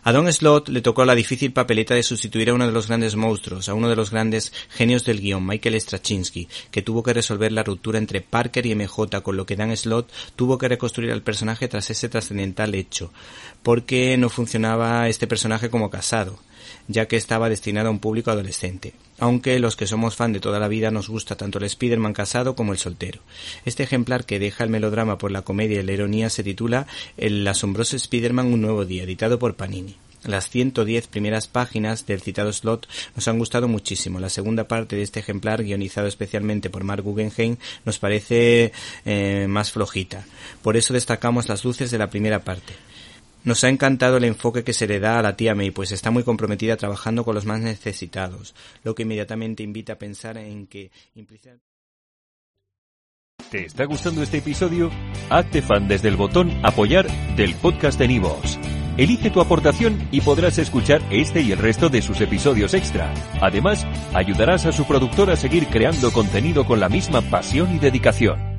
A Don Slott le tocó la difícil papeleta de sustituir a uno de los grandes monstruos, a uno de los grandes genios del guión, Michael Straczynski, que tuvo que resolver la ruptura entre Parker y MJ, con lo que Dan Slott tuvo que reconstruir al personaje tras ese trascendental hecho, porque no funcionaba este personaje como casado, ya que estaba destinado a un público adolescente, aunque los que somos fan de toda la vida nos gusta tanto el Spider-Man casado como el soltero. Este ejemplar, que deja el melodrama por la comedia y la ironía, se titula El asombroso Spider-Man, un nuevo día, editado por Panini. Las 110 primeras páginas del citado Slott nos han gustado muchísimo. La segunda parte de este ejemplar, guionizado especialmente por Mark Guggenheim, nos parece más flojita. Por eso destacamos las luces de la primera parte. Nos ha encantado el enfoque que se le da a la tía May, pues está muy comprometida trabajando con los más necesitados, lo que inmediatamente invita a pensar en que ¿Te está gustando este episodio? Hazte fan desde el botón Apoyar del podcast de Nivos. Elige tu aportación y podrás escuchar este y el resto de sus episodios extra. Además, ayudarás a su productor a seguir creando contenido con la misma pasión y dedicación.